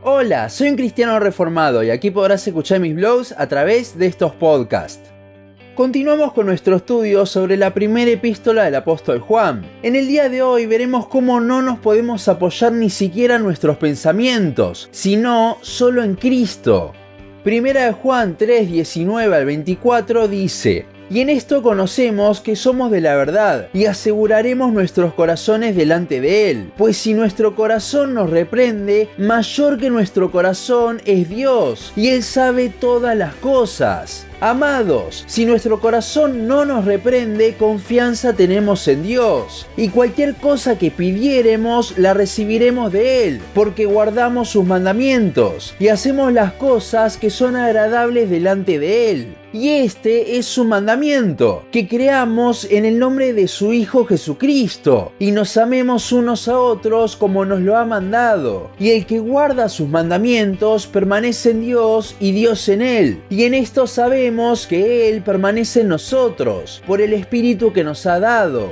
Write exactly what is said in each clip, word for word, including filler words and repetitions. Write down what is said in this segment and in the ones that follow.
Hola, soy un cristiano reformado y aquí podrás escuchar mis blogs a través de estos podcasts. Continuamos con nuestro estudio sobre la primera epístola del apóstol Juan. En el día de hoy veremos cómo no nos podemos apoyar ni siquiera en nuestros pensamientos, sino solo en Cristo. Primera de Juan tres, diecinueve al veinticuatro dice: Y en esto conocemos que somos de la verdad, y aseguraremos nuestros corazones delante de Él. Pues si nuestro corazón nos reprende, mayor que nuestro corazón es Dios, y Él sabe todas las cosas. Amados, si nuestro corazón no nos reprende, confianza tenemos en Dios, y cualquier cosa que pidiéremos, la recibiremos de Él, porque guardamos sus mandamientos, y hacemos las cosas que son agradables delante de Él. Y este es su mandamiento, que creamos en el nombre de su Hijo Jesucristo, y nos amemos unos a otros como nos lo ha mandado. Y el que guarda sus mandamientos permanece en Dios y Dios en él. Y en esto sabemos que Él permanece en nosotros, por el Espíritu que nos ha dado.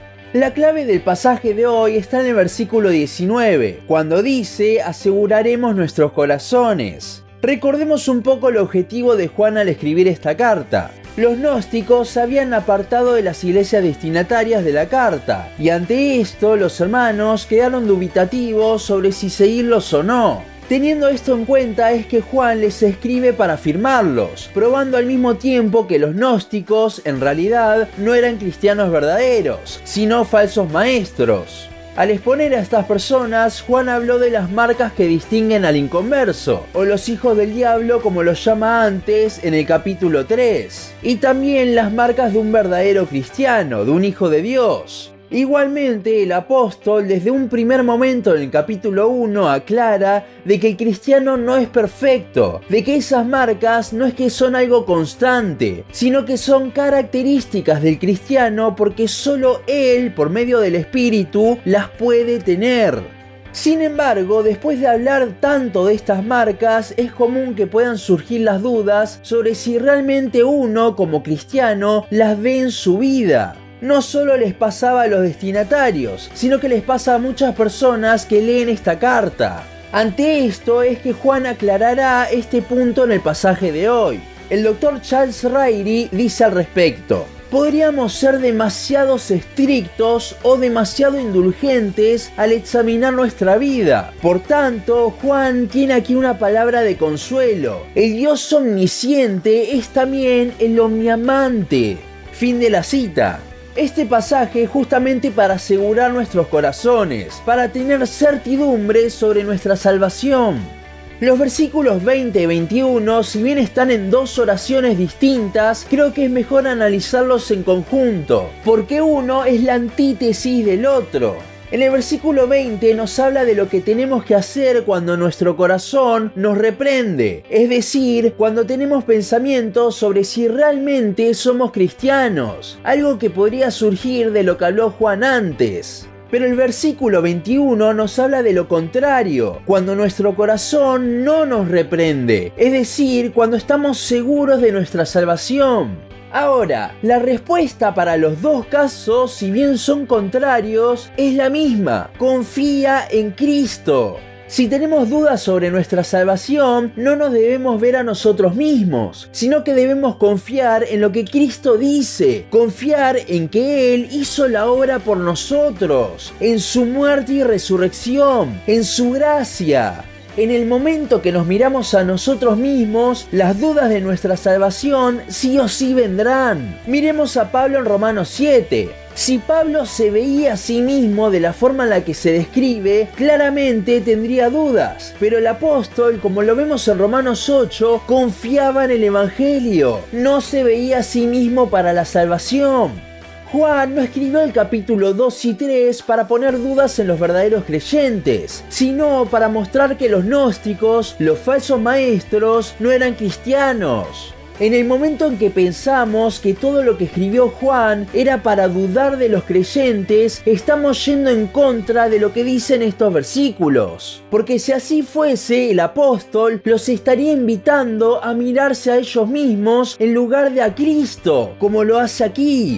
La clave del pasaje de hoy está en el versículo diecinueve, cuando dice: aseguraremos nuestros corazones. Recordemos un poco el objetivo de Juan al escribir esta carta. Los gnósticos se habían apartado de las iglesias destinatarias de la carta, y ante esto los hermanos quedaron dubitativos sobre si seguirlos o no. Teniendo esto en cuenta es que Juan les escribe para afirmarlos, probando al mismo tiempo que los gnósticos en realidad no eran cristianos verdaderos, sino falsos maestros. Al exponer a estas personas, Juan habló de las marcas que distinguen al inconverso, o los hijos del diablo como los llama antes en el capítulo tres, y también las marcas de un verdadero cristiano, de un hijo de Dios. Igualmente, el apóstol desde un primer momento en el capítulo uno aclara de que el cristiano no es perfecto, de que esas marcas no es que son algo constante, sino que son características del cristiano porque solo él, por medio del Espíritu, las puede tener. Sin embargo, después de hablar tanto de estas marcas, es común que puedan surgir las dudas sobre si realmente uno, como cristiano, las ve en su vida. No solo les pasaba a los destinatarios, sino que les pasa a muchas personas que leen esta carta. Ante esto es que Juan aclarará este punto en el pasaje de hoy. El doctor Charles Ryrie dice al respecto: podríamos ser demasiados estrictos o demasiado indulgentes al examinar nuestra vida. Por tanto, Juan tiene aquí una palabra de consuelo. El Dios omnisciente es también el omniamante. Fin de la cita. Este pasaje es justamente para asegurar nuestros corazones, para tener certidumbre sobre nuestra salvación. Los versículos veinte y veintiuno, si bien están en dos oraciones distintas, creo que es mejor analizarlos en conjunto, porque uno es la antítesis del otro. En el versículo veinte nos habla de lo que tenemos que hacer cuando nuestro corazón nos reprende, es decir, cuando tenemos pensamientos sobre si realmente somos cristianos, algo que podría surgir de lo que habló Juan antes. Pero el versículo veintiuno nos habla de lo contrario, cuando nuestro corazón no nos reprende, es decir, cuando estamos seguros de nuestra salvación. Ahora, la respuesta para los dos casos, si bien son contrarios, es la misma: confía en Cristo. Si tenemos dudas sobre nuestra salvación, no nos debemos ver a nosotros mismos, sino que debemos confiar en lo que Cristo dice, confiar en que Él hizo la obra por nosotros, en su muerte y resurrección, en su gracia. En el momento que nos miramos a nosotros mismos, las dudas de nuestra salvación sí o sí vendrán. Miremos a Pablo en Romanos siete. Si Pablo se veía a sí mismo de la forma en la que se describe, claramente tendría dudas. Pero el apóstol, como lo vemos en Romanos ocho, confiaba en el Evangelio. No se veía a sí mismo para la salvación. Juan no escribió el capítulo dos y tres para poner dudas en los verdaderos creyentes, sino para mostrar que los gnósticos, los falsos maestros, no eran cristianos. En el momento en que pensamos que todo lo que escribió Juan era para dudar de los creyentes, estamos yendo en contra de lo que dicen estos versículos. Porque si así fuese, el apóstol los estaría invitando a mirarse a ellos mismos en lugar de a Cristo, como lo hace aquí.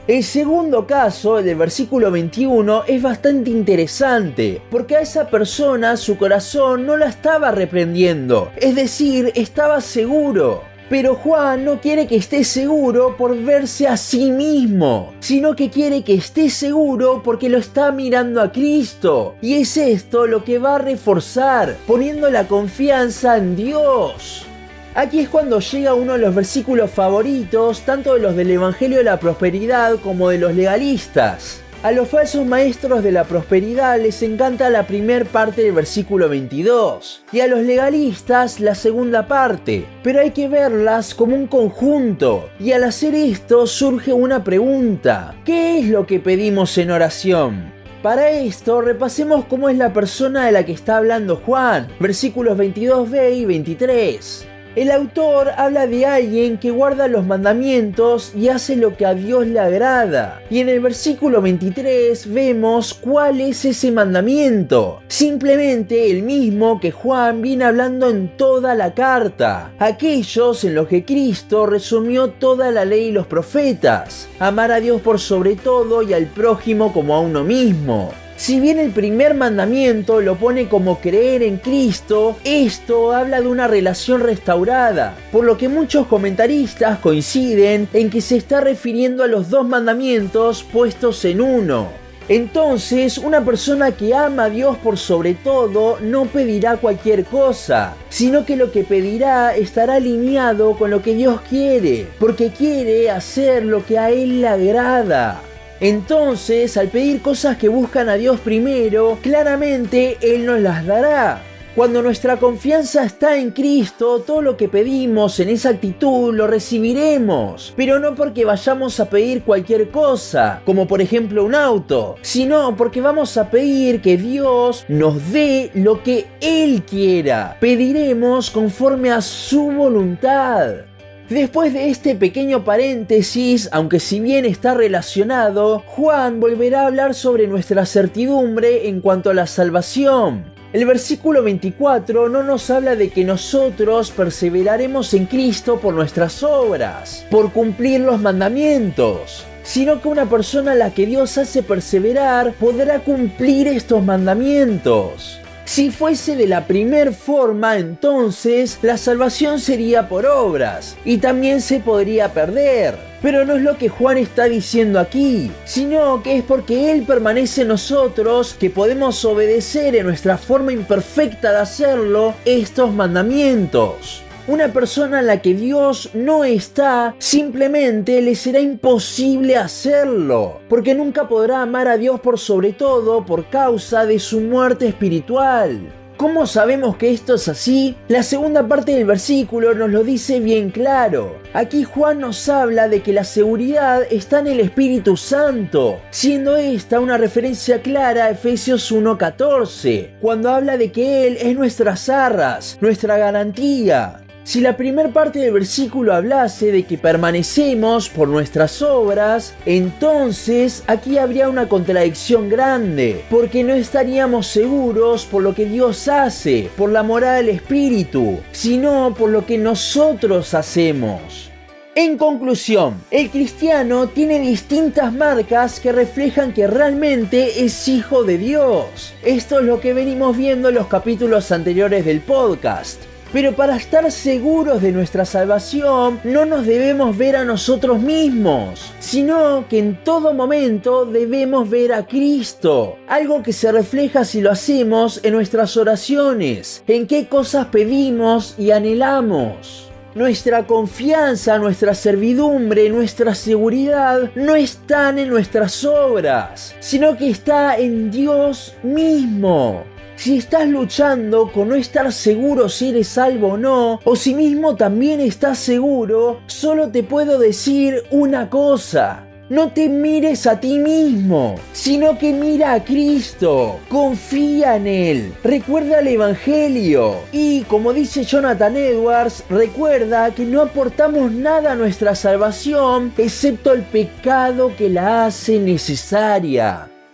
El segundo caso, el del versículo veintiuno, es bastante interesante, porque a esa persona su corazón no la estaba reprendiendo, es decir, estaba seguro. Pero Juan no quiere que esté seguro por verse a sí mismo, sino que quiere que esté seguro porque lo está mirando a Cristo. Y es esto lo que va a reforzar, poniendo la confianza en Dios. Aquí es cuando llega uno de los versículos favoritos, tanto de los del Evangelio de la Prosperidad como de los legalistas. A los falsos maestros de la prosperidad les encanta la primer parte del versículo veintidós y a los legalistas la segunda parte, pero hay que verlas como un conjunto. Y al hacer esto surge una pregunta: ¿qué es lo que pedimos en oración? Para esto repasemos cómo es la persona de la que está hablando Juan, versículos veintidós b y veintitrés. El autor habla de alguien que guarda los mandamientos y hace lo que a Dios le agrada. Y en el versículo veintitrés vemos cuál es ese mandamiento. Simplemente el mismo que Juan viene hablando en toda la carta. Aquellos en los que Cristo resumió toda la ley y los profetas. Amar a Dios por sobre todo y al prójimo como a uno mismo. Si bien el primer mandamiento lo pone como creer en Cristo, esto habla de una relación restaurada, por lo que muchos comentaristas coinciden en que se está refiriendo a los dos mandamientos puestos en uno. Entonces, una persona que ama a Dios por sobre todo no pedirá cualquier cosa, sino que lo que pedirá estará alineado con lo que Dios quiere, porque quiere hacer lo que a Él le agrada. Entonces, al pedir cosas que buscan a Dios primero, claramente Él nos las dará. Cuando nuestra confianza está en Cristo, todo lo que pedimos en esa actitud lo recibiremos, pero no porque vayamos a pedir cualquier cosa, como por ejemplo un auto, sino porque vamos a pedir que Dios nos dé lo que Él quiera. Pediremos conforme a su voluntad. Después de este pequeño paréntesis, aunque si bien está relacionado, Juan volverá a hablar sobre nuestra certidumbre en cuanto a la salvación. El versículo veinticuatro no nos habla de que nosotros perseveraremos en Cristo por nuestras obras, por cumplir los mandamientos, sino que una persona a la que Dios hace perseverar podrá cumplir estos mandamientos. Si fuese de la primer forma, entonces la salvación sería por obras y también se podría perder. Pero no es lo que Juan está diciendo aquí, sino que es porque Él permanece en nosotros que podemos obedecer en nuestra forma imperfecta de hacerlo estos mandamientos. Una persona a la que Dios no está, simplemente le será imposible hacerlo, porque nunca podrá amar a Dios por sobre todo por causa de su muerte espiritual. ¿Cómo sabemos que esto es así? La segunda parte del versículo nos lo dice bien claro. Aquí Juan nos habla de que la seguridad está en el Espíritu Santo, siendo esta una referencia clara a Efesios uno catorce, cuando habla de que Él es nuestras arras, nuestra garantía. Si la primera parte del versículo hablase de que permanecemos por nuestras obras, entonces aquí habría una contradicción grande, porque no estaríamos seguros por lo que Dios hace, por la morada del Espíritu, sino por lo que nosotros hacemos. En conclusión, el cristiano tiene distintas marcas que reflejan que realmente es hijo de Dios. Esto es lo que venimos viendo en los capítulos anteriores del podcast. Pero para estar seguros de nuestra salvación, no nos debemos ver a nosotros mismos, sino que en todo momento debemos ver a Cristo. Algo que se refleja si lo hacemos en nuestras oraciones, en qué cosas pedimos y anhelamos. Nuestra confianza, nuestra servidumbre, nuestra seguridad no están en nuestras obras, sino que está en Dios mismo. Si estás luchando con no estar seguro si eres salvo o no, o si mismo también estás seguro, solo te puedo decir una cosa: no te mires a ti mismo, sino que mira a Cristo, confía en Él, recuerda el Evangelio y, como dice Jonathan Edwards, recuerda que no aportamos nada a nuestra salvación excepto el pecado que la hace necesaria.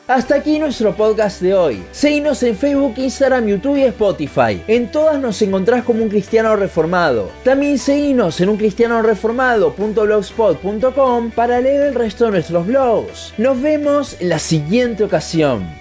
Hasta aquí nuestro podcast de hoy. Seguinos en Facebook, Instagram, YouTube y Spotify. En todas nos encontrás como Un Cristiano Reformado. También seguinos en un cristiano reformado punto blogspot punto com para leer el resto de nuestros blogs. Nos vemos en la siguiente ocasión.